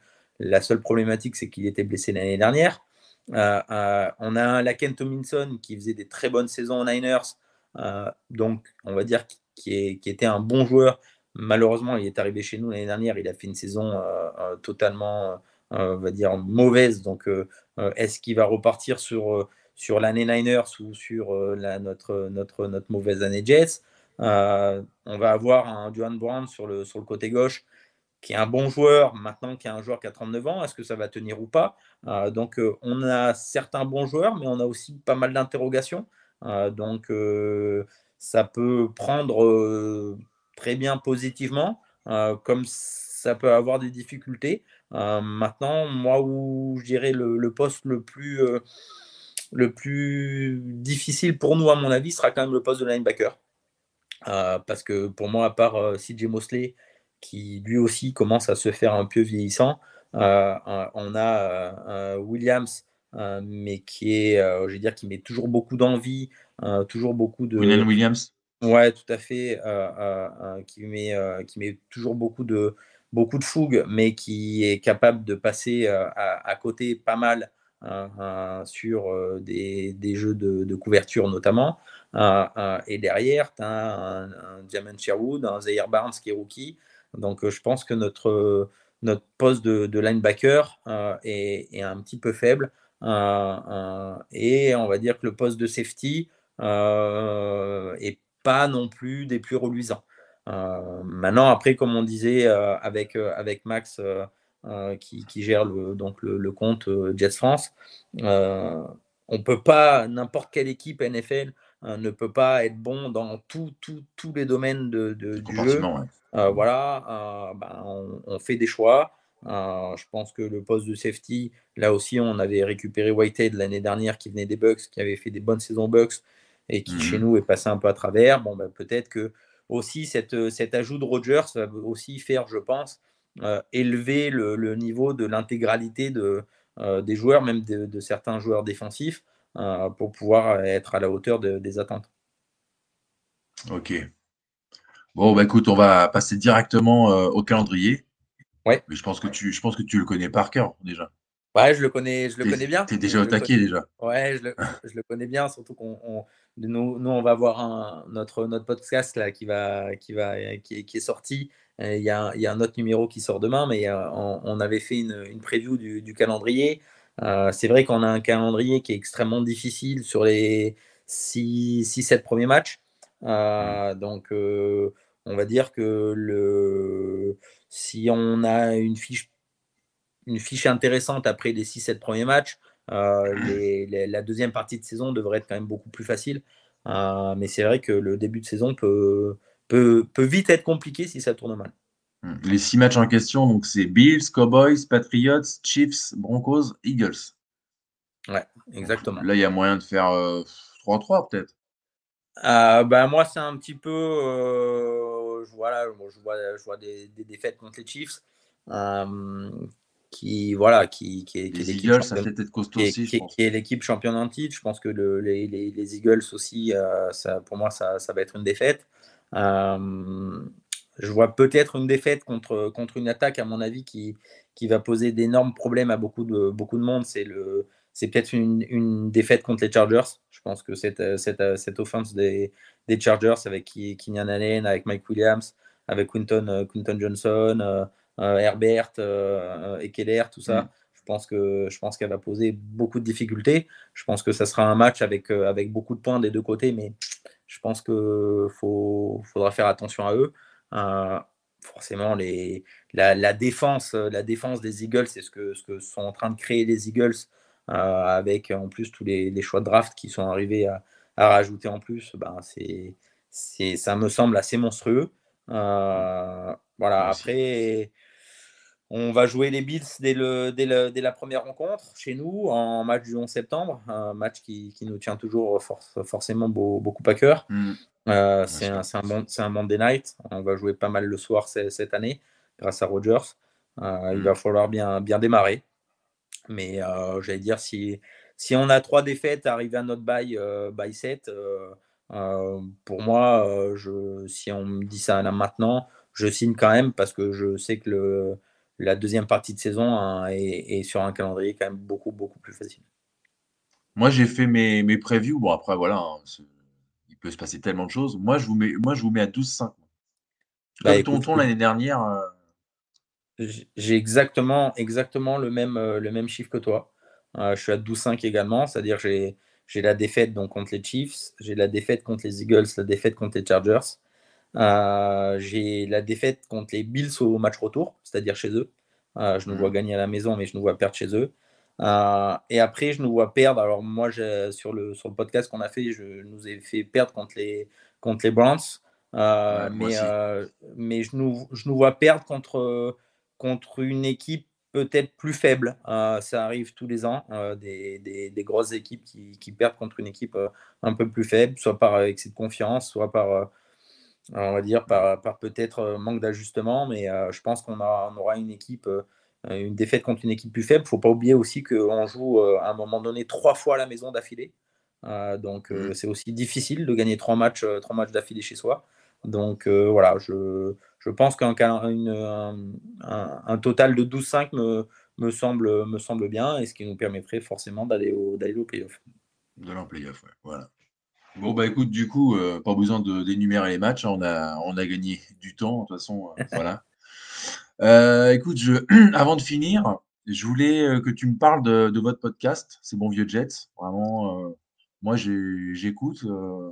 La seule problématique, c'est qu'il était blessé l'année dernière. Euh, euh, on a un Laken Tomlinson qui faisait des très bonnes saisons aux Niners, euh, donc on va dire qui, est, qui était un bon joueur. Malheureusement, il est arrivé chez nous l'année dernière, il a fait une saison euh, euh, totalement, euh, on va dire, mauvaise. Donc, euh, est-ce qu'il va repartir sur, euh, sur l'année Niners ou sur euh, la, notre, notre, notre mauvaise année Jets? euh, On va avoir un Duane Brown sur le, sur le côté gauche, qui est un bon joueur, maintenant qui est un joueur qui a trente-neuf ans, est-ce que ça va tenir ou pas? euh, Donc, euh, on a certains bons joueurs, mais on a aussi pas mal d'interrogations. Euh, donc, euh, ça peut prendre euh, très bien positivement, euh, comme ça peut avoir des difficultés. Euh, maintenant, moi, où je dirais le, le poste le plus, euh, le plus difficile pour nous, à mon avis, sera quand même le poste de linebacker. Euh, parce que pour moi, à part euh, C J Mosley, qui lui aussi commence à se faire un peu vieillissant, euh, euh, on a euh, Williams, euh, mais qui est, euh, je veux dire, qui met toujours beaucoup d'envie, euh, toujours beaucoup Quinnen de, Williams. ouais, tout à fait, euh, euh, euh, qui met, euh, qui met toujours beaucoup de, beaucoup de fougue, mais qui est capable de passer euh, à, à côté pas mal euh, euh, sur euh, des, des jeux de, de couverture notamment. Euh, euh, et derrière, tu as un, un Jamin Sherwood, un Zaire Barnes qui est rookie. Donc, euh, je pense que notre, notre poste de, de linebacker euh, est, est un petit peu faible. Euh, euh, et on va dire que le poste de safety euh, est pas non plus des plus reluisants. Euh, maintenant, après, comme on disait euh, avec, euh, avec Max euh, euh, qui, qui gère le, donc le, le compte euh, Jets France, euh, on peut pas, n'importe quelle équipe N F L euh, ne peut pas être bon dans tous tout, tout les domaines de, de, du jeu. Ouais. Euh, voilà, euh, ben, on, on fait des choix. Euh, je pense que le poste de safety, là aussi, on avait récupéré Whitehead l'année dernière qui venait des Bucks, qui avait fait des bonnes saisons Bucks et qui, mm-hmm. chez nous, est passé un peu à travers. Bon, ben, peut-être que aussi cette, cet ajout de Rodgers va aussi faire, je pense, euh, élever le, le niveau de l'intégralité de, euh, des joueurs, même de, de certains joueurs défensifs, euh, pour pouvoir être à la hauteur de, des attentes. Ok. Bon, bah écoute, on va passer directement euh, au calendrier. Ouais. Mais je pense que tu, je pense que tu le connais par cœur déjà. Ouais, je le connais, je le connais bien. Tu es déjà au taquet déjà. Ouais, je le, je le connais bien, surtout qu'on on, nous, nous, on va voir un, notre, notre podcast là, qui, va, qui, va, qui, qui est sorti. Il y, a, il y a un autre numéro qui sort demain, mais euh, on, on avait fait une, une preview du, du calendrier. Euh, c'est vrai qu'on a un calendrier qui est extrêmement difficile sur les six sept premiers matchs. Euh, mmh. Donc, euh, on va dire que le, si on a une fiche une fiche intéressante après les six sept premiers matchs. Euh, les, les, la deuxième partie de saison devrait être quand même beaucoup plus facile. Euh, mais c'est vrai que le début de saison peut, peut, peut vite être compliqué si ça tourne mal. Les six matchs en question, donc c'est Bills, Cowboys, Patriots, Chiefs, Broncos, Eagles. Ouais, exactement. Donc, là, il y a moyen de faire euh, trois trois peut-être. Euh, bah, moi, c'est un petit peu. Euh, voilà, je vois, je vois des, des défaites contre les Chiefs. Euh, qui voilà qui, qui est, qui les est Eagles, ça peut être costaud qui est, aussi, qui, je pense. Qui est l'équipe championne en titre. Je pense que le, les, les, les Eagles aussi, euh, ça, pour moi, ça, ça va être une défaite. Euh, je vois peut-être une défaite contre, contre une attaque, à mon avis, qui, qui va poser d'énormes problèmes à beaucoup de, beaucoup de monde. C'est, le, c'est peut-être une, une défaite contre les Chargers. Je pense que cette, cette, cette offense des, des Chargers avec Keenan Allen, avec Mike Williams, avec Quinton, Quinton Johnson, euh, euh, Herbert, euh, Ekeler, tout ça. Mm. Je pense que je pense qu'elle va poser beaucoup de difficultés. Je pense que ça sera un match avec, euh, avec beaucoup de points des deux côtés, mais je pense qu'il faut, faudra faire attention à eux. Euh, forcément, les, la, la, défense, la défense des Eagles, c'est ce que, ce que sont en train de créer les Eagles, euh, avec en plus tous les, les choix de draft qui sont arrivés à, à rajouter en plus. Ben, c'est, c'est, ça me semble assez monstrueux. Euh, voilà, Merci. Après, on va jouer les Bills dès, le, dès, le, dès la première rencontre chez nous, en match du onze septembre, un match qui, qui nous tient toujours for, forcément beau, beaucoup à cœur. Mm. Euh, c'est, un, c'est, un bon, c'est un Monday night. On va jouer pas mal le soir c- cette année, grâce à Rodgers. Euh, mm. Il va falloir bien, bien démarrer. Mais euh, j'allais dire, si, si on a trois défaites, arriver à notre bye, euh, bye sept, euh, euh, pour moi, euh, je, si on me dit ça là maintenant, je signe quand même parce que je sais que le, la deuxième partie de saison hein, est, est sur un calendrier quand même beaucoup, beaucoup plus facile. Moi, j'ai fait mes, mes previews. Bon, après, voilà, hein, c'est- il peut se passer tellement de choses. Moi, je vous mets, moi, je vous mets à douze cinq. Bah, Comme écoute, Tonton l'année dernière. euh, j- j'ai exactement, exactement le même, euh, le même chiffre que toi. Euh, je suis à douze cinq également, c'est-à-dire j'ai, j'ai la défaite donc, contre les Chiefs, j'ai la défaite contre les Eagles, la défaite contre les Chargers. Euh, j'ai la défaite contre les Bills au match retour, c'est-à-dire chez eux. Euh, je nous vois hmm. gagner à la maison, mais je nous vois perdre chez eux. Euh, et après, je nous vois perdre. Alors, moi, j'ai- sur le, sur le podcast qu'on a fait, je nous ai fait perdre contre les, contre les Browns. Euh, Ouais, moi mais, aussi. euh, mais je nous, je nous vois perdre contre, contre une équipe peut-être plus faible. Euh, ça arrive tous les ans, euh, des, des, des grosses équipes qui, qui perdent contre une équipe euh, un peu plus faible, soit par excès de confiance, soit par, euh, on va dire, par, par peut-être euh, manque d'ajustement. Mais euh, je pense qu'on a, on aura une équipe, euh, une défaite contre une équipe plus faible. Il ne faut pas oublier aussi qu'on joue euh, à un moment donné trois fois à la maison d'affilée. Euh, donc Hmm. euh, c'est aussi difficile de gagner trois matchs, euh, trois matchs d'affilée chez soi. Donc euh, voilà, je, je pense qu'un cal- une- un, un- un total de douze cinq me, me, semble, me semble bien et ce qui nous permettrait forcément d'aller au, d'aller au playoff. De l'en playoff, ouais. Voilà. Bon, bah écoute, du coup, euh, pas besoin de d'énumérer les matchs, hein, on a, on a gagné du temps, de toute façon, euh, voilà. Euh, écoute, je, avant de finir, je voulais euh, que tu me parles de, de votre podcast, C'est bon vieux Jets. Vraiment, euh, moi, j'ai- j'écoute. euh,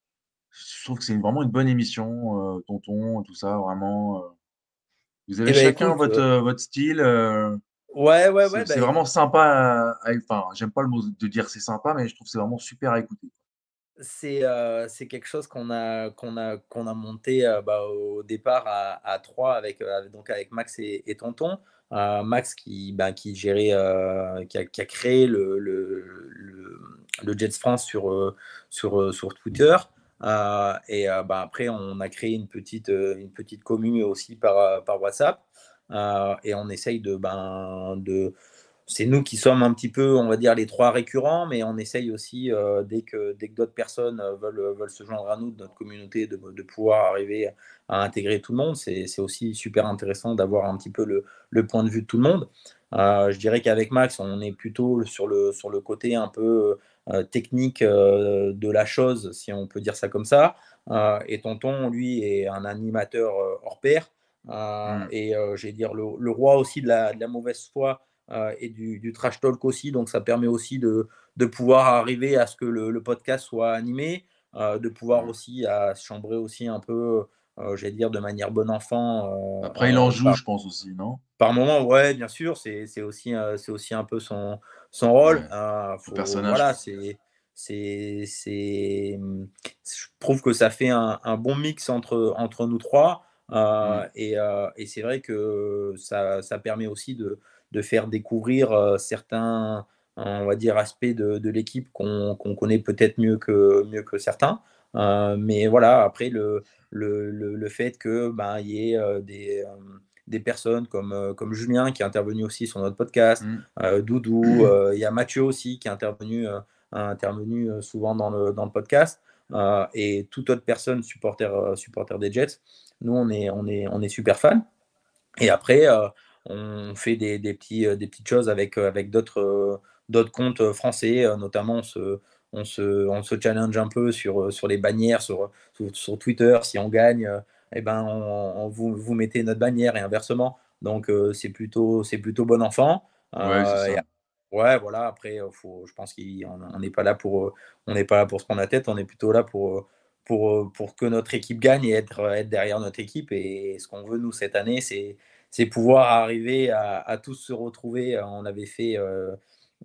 je trouve que c'est une- vraiment une bonne émission, euh, tonton, tout ça, vraiment. euh. Vous avez Eh ben chacun écoute, votre, euh, euh, votre style. euh, ouais, ouais, ouais, c'est bah c'est vraiment écoute. sympa. à- à- Enfin, j'aime pas le mot de dire c'est sympa, mais je trouve que c'est vraiment super à écouter. C'est, heu, c'est quelque chose qu'on a qu'on a qu'on a monté, heu, bah, au départ à à trois avec, heu, donc avec Max et et Tonton. Heu, Max qui, bah, qui gérait, heu, qui a qui a créé le le le le Jets France sur, heu, sur, heu, sur Twitter. Heu et heu, bah, après on a créé une petite, heu, une petite commune aussi par, heu, par WhatsApp. Heu et on essaye de, ben, de c'est nous qui sommes un petit peu, on va dire, les trois récurrents, mais on essaye aussi, euh, dès que, dès que d'autres personnes euh, veulent, veulent se joindre à nous, de notre communauté, de, de pouvoir arriver à intégrer tout le monde. C'est, c'est aussi super intéressant d'avoir un petit peu le, le point de vue de tout le monde. Euh, je dirais qu'avec Max, on est plutôt sur le, sur le côté un peu euh, technique euh, de la chose, si on peut dire ça comme ça. Euh, et Tonton, lui, est un animateur euh, hors pair. Euh, Hmm. et euh, j'ai dire le, le roi aussi de la, de la mauvaise foi euh, et du, du trash talk aussi. Donc, ça permet aussi de, de pouvoir arriver à ce que le, le podcast soit animé, euh, de pouvoir Hmm. aussi à se chambrer aussi un peu, euh, j'allais dire, de manière bon enfant. Après, il Euh, en euh, joue, par, je pense aussi, non? par moment, ouais, bien sûr, c'est, c'est aussi, euh, c'est aussi un peu son, son rôle. Ouais, Euh, le faut, personnage, voilà, quoi. c'est. C'est, c'est, je trouve que ça fait un, un bon mix entre, entre nous trois. Hmm. Euh, et, euh, et c'est vrai que ça, ça permet aussi de, de faire découvrir euh, certains, on va dire, aspects de, de l'équipe qu'on qu'on connaît peut-être mieux que, mieux que certains. Euh, mais voilà, après, le, le, le, le fait que ben, il y ait euh, des, euh, des personnes comme, euh, comme Julien qui est intervenu aussi sur notre podcast, Hmm. euh, Doudou, euh, il y a Mathieu aussi qui est intervenu, euh, intervenu euh, souvent dans le, dans le podcast, euh, et toute autre personne supporter, euh, supporter des Jets. Nous, on est, on est, on est super fans. Et après, euh, on fait des, des, petits, euh, des petites choses avec, euh, avec d'autres euh, d'autres comptes euh, français, euh, notamment on se, on, se, on se challenge un peu sur, euh, sur les bannières, sur, sur, sur Twitter. Si on gagne, euh, eh ben, on, on vous, vous mettez notre bannière et inversement. Donc, euh, c'est plutôt, c'est plutôt bon enfant. Ouais, c'est Euh, et ça. ouais, voilà, après, euh, faut, je pense qu'on n'est pas là pour, euh, on n'est pas là pour se prendre la tête, on est plutôt là pour, euh, pour, euh, pour que notre équipe gagne et être, être derrière notre équipe. Et ce qu'on veut, nous, cette année, c'est c'est pouvoir arriver à, à tous se retrouver. On avait fait euh,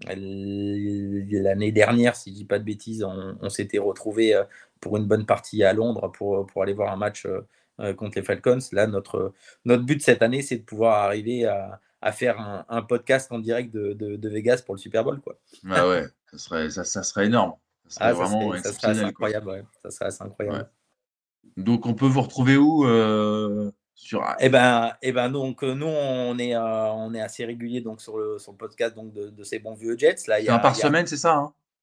l'année dernière, si je dis pas de bêtises, on, on s'était retrouvé euh, pour une bonne partie à Londres pour, pour aller voir un match euh, contre les Falcons. Là, notre, notre but cette année, c'est de pouvoir arriver à, à faire un, un podcast en direct de, de, de Vegas pour le Super Bowl, quoi. Ah ouais, ça serait, ça, ça serait énorme. Ça serait Ah, ça vraiment serait, ça serait assez exceptionnel, quoi. incroyable, ouais. Ça serait assez Ouais. incroyable. Donc, on peut vous retrouver où euh, sur... Eh ben, eh ben donc nous on est euh, on est assez régulier donc sur le sur le podcast donc de, de ces bons vieux Jets là il y C'est un a, par il y a semaine, c'est ça, hein?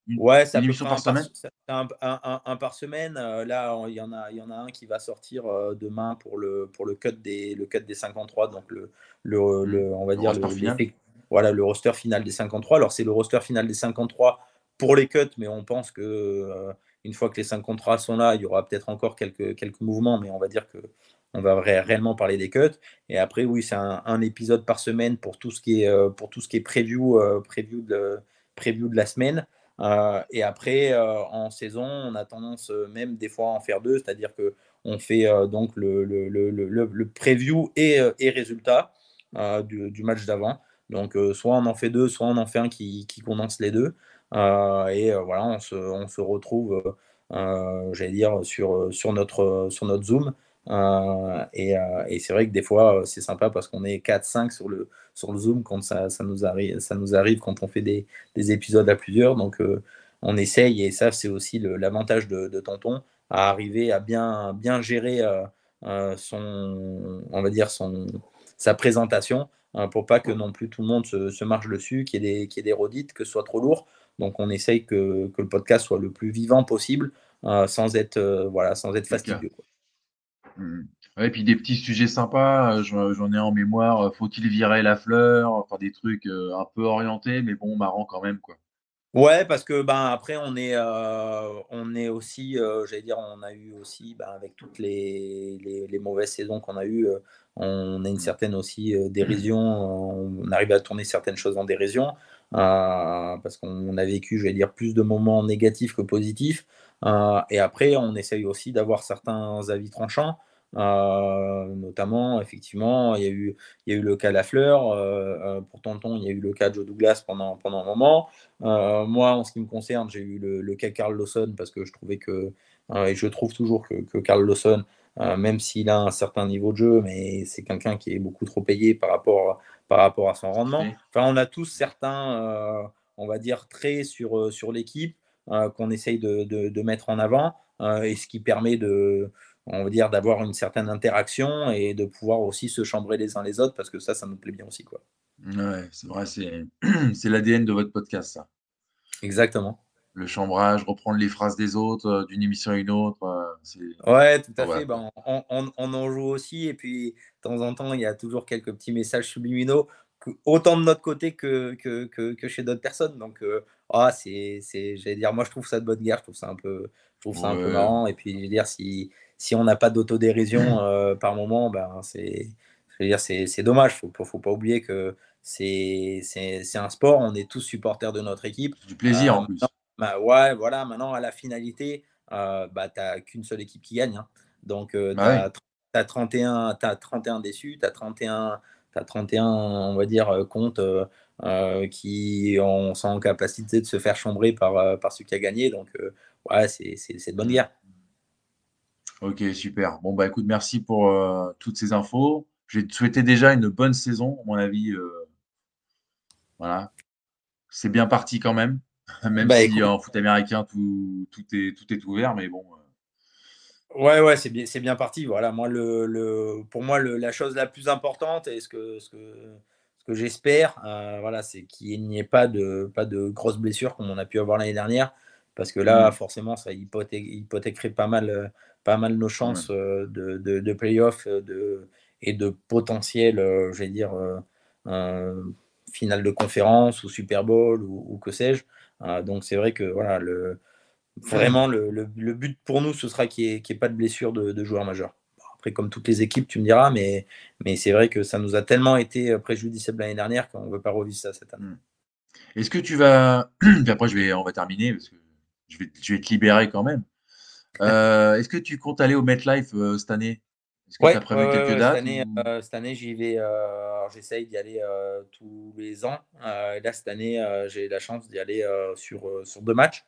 Une, Ouais, c'est à une peu émission près par un par, semaine? c'est un, un- un- un par semaine. Euh, là, il y en a, il y en a un qui va sortir euh, demain pour le, pour le cut des, le cut des cinquante-trois, donc le, le, Hmm. le- on va Le dire roster le, final? l'effet- voilà, le roster final des cinquante-trois. Alors, c'est le roster final des cinquante-trois pour les cuts, mais on pense que euh, une fois que les cinquante-trois sont là, il y aura peut-être encore quelques, quelques mouvements, mais on va dire que on va ré- réellement parler des cuts. Et après, oui, c'est un, un épisode par semaine pour tout ce qui est, euh, pour tout ce qui est preview, euh, preview de, preview de la semaine. Euh, et après, euh, en saison, on a tendance euh, même des fois à en faire deux, c'est-à-dire que on fait euh, donc le, le, le, le, le preview et, euh, et résultat euh, du, du match d'avant. Donc, euh, soit on en fait deux, soit on en fait un qui, qui condense les deux. Euh, et euh, voilà, on se, on se retrouve, euh, j'allais dire, sur, sur, notre, sur notre Zoom. Euh, et, euh, et c'est vrai que des fois, c'est sympa parce qu'on est quatre cinq sur le, sur le Zoom quand ça, ça, nous arrive, ça nous arrive quand on fait des, des épisodes à plusieurs. Donc, euh, on essaye, et ça, c'est aussi le- l'avantage de, de Tonton, à arriver à bien, bien gérer euh, euh, son, on va dire son, sa présentation euh, pour pas que non plus tout le monde se, se marche dessus, qu'il y ait des, qu'il y ait des redites, que ce soit trop lourd. Donc, on essaye que, que le podcast soit le plus vivant possible euh, sans être, euh, voilà, sans être C'est clair. fastidieux, quoi. Hmm. Ouais, et puis des petits sujets sympas, euh, j'en j'en ai en mémoire. euh, Faut-il virer la fleur? Enfin, des trucs euh, un peu orientés, mais bon, marrant quand même, quoi. Ouais, parce que ben après on est euh, on est aussi, euh, j'allais dire, on a eu aussi ben, avec toutes les, les, les mauvaises saisons qu'on a eues, euh, on a une Hmm. certaine aussi euh, dérision, on arrive à tourner certaines choses en dérision euh, parce qu'on a vécu, je vais dire, plus de moments négatifs que positifs. Euh, et après on essaye aussi d'avoir certains avis tranchants. Euh, notamment, effectivement, il y a eu, il y a eu le cas Lafleur, euh, euh, pour Tonton, il y a eu le cas Joe Douglas pendant, pendant un moment. Euh, moi, en ce qui me concerne, j'ai eu le, le cas Carl Lawson parce que je trouvais que, euh, et je trouve toujours que, que Carl Lawson, euh, même s'il a un certain niveau de jeu, mais c'est quelqu'un qui est beaucoup trop payé par rapport, par rapport à son Ce qu'il rendement. fait. Enfin, on a tous certains, euh, on va dire, traits sur, euh, sur l'équipe euh, qu'on essaye de, de, de mettre en avant euh, et ce qui permet de, on va dire, d'avoir une certaine interaction et de pouvoir aussi se chambrer les uns les autres parce que ça, ça nous plaît bien aussi, quoi. Ouais, c'est vrai, c'est c'est l'A D N de votre podcast, ça. Exactement. Le chambrage, reprendre les phrases des autres, euh, d'une émission à une autre, euh, c'est. Ouais, tout Enfin, à voilà, fait. quoi. Ben, on, on- on en joue aussi. Et puis, de temps en temps, il y a toujours quelques petits messages subliminaux, que- autant de notre côté que, que, que, que chez d'autres personnes. Donc, euh, ah, c'est, c'est, j'allais dire, moi, je trouve ça de bonne guerre. Je trouve ça un peu, je trouve ça un peu Ouais. marrant. Et puis, je veux dire, si, si on n'a pas d'autodérision euh, par moment, ben, c'est, je veux dire, c'est, c'est dommage. Faut, faut faut pas oublier que c'est, c'est, c'est un sport. On est tous supporters de notre équipe. C'est du plaisir Euh, en maintenant, plus. bah, ouais, voilà, maintenant, à la finalité euh, bah, tu n'as qu'une seule équipe qui gagne, hein. Donc, euh, tu Bah oui. as, trente et un, t'as trente et un déçus, tu as trente et un, t'as trente et un, on va dire, euh, comptes euh, euh, qui ont, sont en capacité de se faire chambrer par, euh, par celui qui a gagné. Donc, euh, ouais, c'est c'est- c'est de bonne Hmm. guerre. Ok, super. Bon, bah écoute, merci pour euh, toutes ces infos. Je vais te souhaiter déjà une bonne saison, à mon avis. euh, voilà. C'est bien parti quand même, même Bah si écoute, en foot américain, tout, tout est, tout est ouvert, mais bon. euh, ouais, ouais, c'est bien, c'est bien parti. Voilà, moi, le, le, pour moi, le, la chose la plus importante et ce que, ce que, ce que j'espère, euh, voilà, c'est qu'il n'y ait pas de, pas de grosses blessures comme on a pu avoir l'année dernière, parce que là, hmm, forcément, ça hypothé- hypothéquerait pas mal, euh, pas mal nos quand chances même. euh, de, de, de playoff euh, de, et de potentiel, euh, j'allais dire, euh, euh, finale de conférence ou Super Bowl ou, ou que sais-je. Euh, donc, c'est vrai que voilà, le vraiment, le, le- le but pour nous, ce sera qu'il n'y ait, qu'il y ait pas de blessure de, de joueurs majeurs. Bon, après, comme toutes les équipes, tu me diras, mais, mais c'est vrai que ça nous a tellement été euh, préjudiciable l'année dernière qu'on ne veut pas revivre ça cette année. Hmm. Est-ce que tu vas. Puis après, je vais, on va terminer parce que je vais, je vais te libérer quand même. Euh, est-ce que tu comptes aller au MetLife euh, cette année? Est-ce que tu as Ouais, ouais, prévu ouais, quelques ouais, cette dates année, ou... euh, cette année j'y vais. Euh, alors j'essaye d'y aller euh, tous les ans. Euh, et là, cette année, euh, j'ai la chance d'y aller euh, sur, euh, sur deux matchs.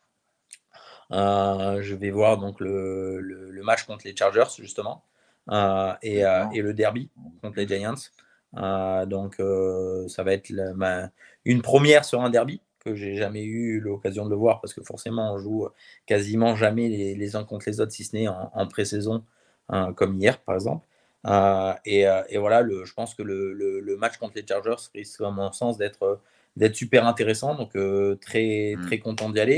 Euh, je vais voir donc le, le, le match contre les Chargers, justement, euh, et, euh, D'accord. et le derby contre les Giants. Euh, donc, euh, ça va être la- ma- une première sur un derby que j'ai jamais eu l'occasion de le voir parce que forcément, on joue quasiment jamais les, les uns contre les autres, si ce n'est en, en pré-saison, hein, comme hier, par exemple. Euh, et, euh, et voilà, le, je pense que le, le, le match contre les Chargers risque, à mon sens, d'être d'être super intéressant. Donc, euh, très, Hmm. très content d'y aller.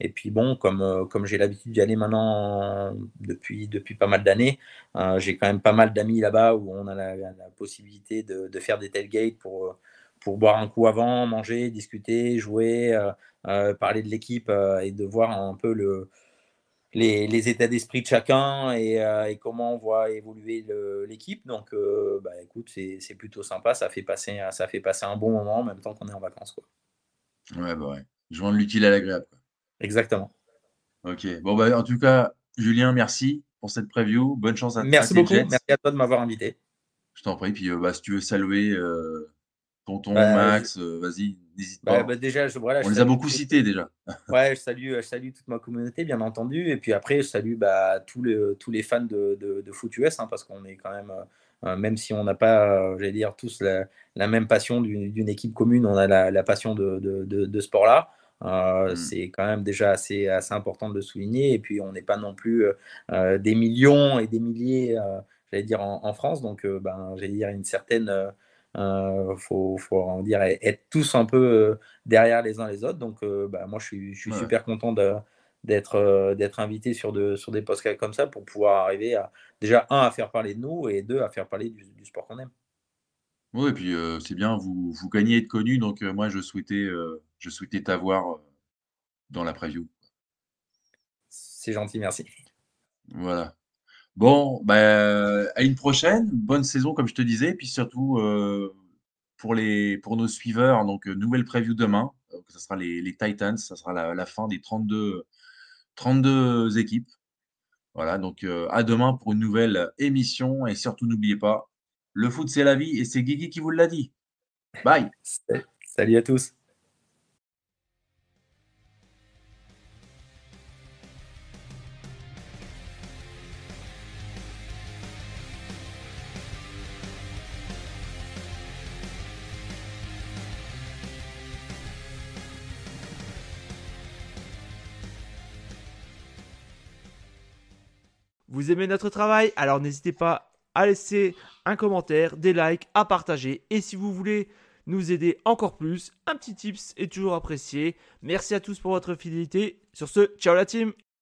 Et puis bon, comme, euh, comme j'ai l'habitude d'y aller maintenant depuis, depuis pas mal d'années, euh, j'ai quand même pas mal d'amis là-bas où on a la, la possibilité de, de faire des tailgates pour, pour boire un coup avant, manger, discuter, jouer, euh, euh, parler de l'équipe euh, et de voir un peu le, les, les états d'esprit de chacun et, euh, et comment on voit évoluer le, l'équipe. Donc, euh, bah, écoute, c'est, c'est plutôt sympa. Ça fait, passer, ça fait passer un bon moment en même temps qu'on est en vacances, quoi. Ouais, bah ouais. Joindre l'utile à l'agréable, quoi. Exactement. Ok. Bon, bah, en tout cas, Julien, merci pour cette preview. Bonne chance à, à Merci tes beaucoup. Jets. Merci à toi de m'avoir invité. Je t'en prie. Puis, euh, bah, si tu veux saluer euh, tonton, Bah, je, Max, euh, vas-y, n'hésite bah, pas. bah, déjà, je, voilà, On je les a salue beaucoup tout, cités déjà. ouais, je salue, je salue toute ma communauté, bien entendu. Et puis après, je salue bah, tous, les, tous les fans de, de, de foot U S, hein, parce qu'on est quand même, euh, même si on n'a pas, euh, j'allais dire, tous la, la même passion d'une, d'une équipe commune, on a la, la passion de, de, de, de ce sport-là. Euh, Mm. c'est quand même déjà assez, assez important de le souligner. Et puis, on n'est pas non plus euh, des millions et des milliers, euh, j'allais dire, en, en France. Donc, euh, ben, j'allais dire, une certaine. Euh, euh, faut, faut en dire, être tous un peu euh, derrière les uns les autres. Donc, euh, bah, moi, je suis, je suis Ouais. super content de, d'être, euh, d'être invité sur, de, sur des podcasts comme ça pour pouvoir arriver à, déjà, un, à faire parler de nous et deux, à faire parler du, du sport qu'on aime. Oui, et puis euh, c'est bien, vous, vous gagnez à être connu, donc euh, moi je souhaitais, euh, je souhaitais t'avoir euh, dans la preview. C'est gentil, merci. Voilà. Bon, bah, à une prochaine, bonne saison comme je te disais, puis surtout euh, pour les pour nos suiveurs, donc euh, nouvelle preview demain, donc ça sera les, les Titans, ça sera la, la fin des trente-deux, trente-deux équipes. Voilà, donc euh, à demain pour une nouvelle émission et surtout n'oubliez pas, le foot c'est la vie et c'est Guigui qui vous l'a dit. Bye. Salut à tous. Vous aimez notre travail? Alors n'hésitez pas à laisser un commentaire, des likes, à partager. Et si vous voulez nous aider encore plus, un petit tips est toujours apprécié. Merci à tous pour votre fidélité. Sur ce, ciao la team!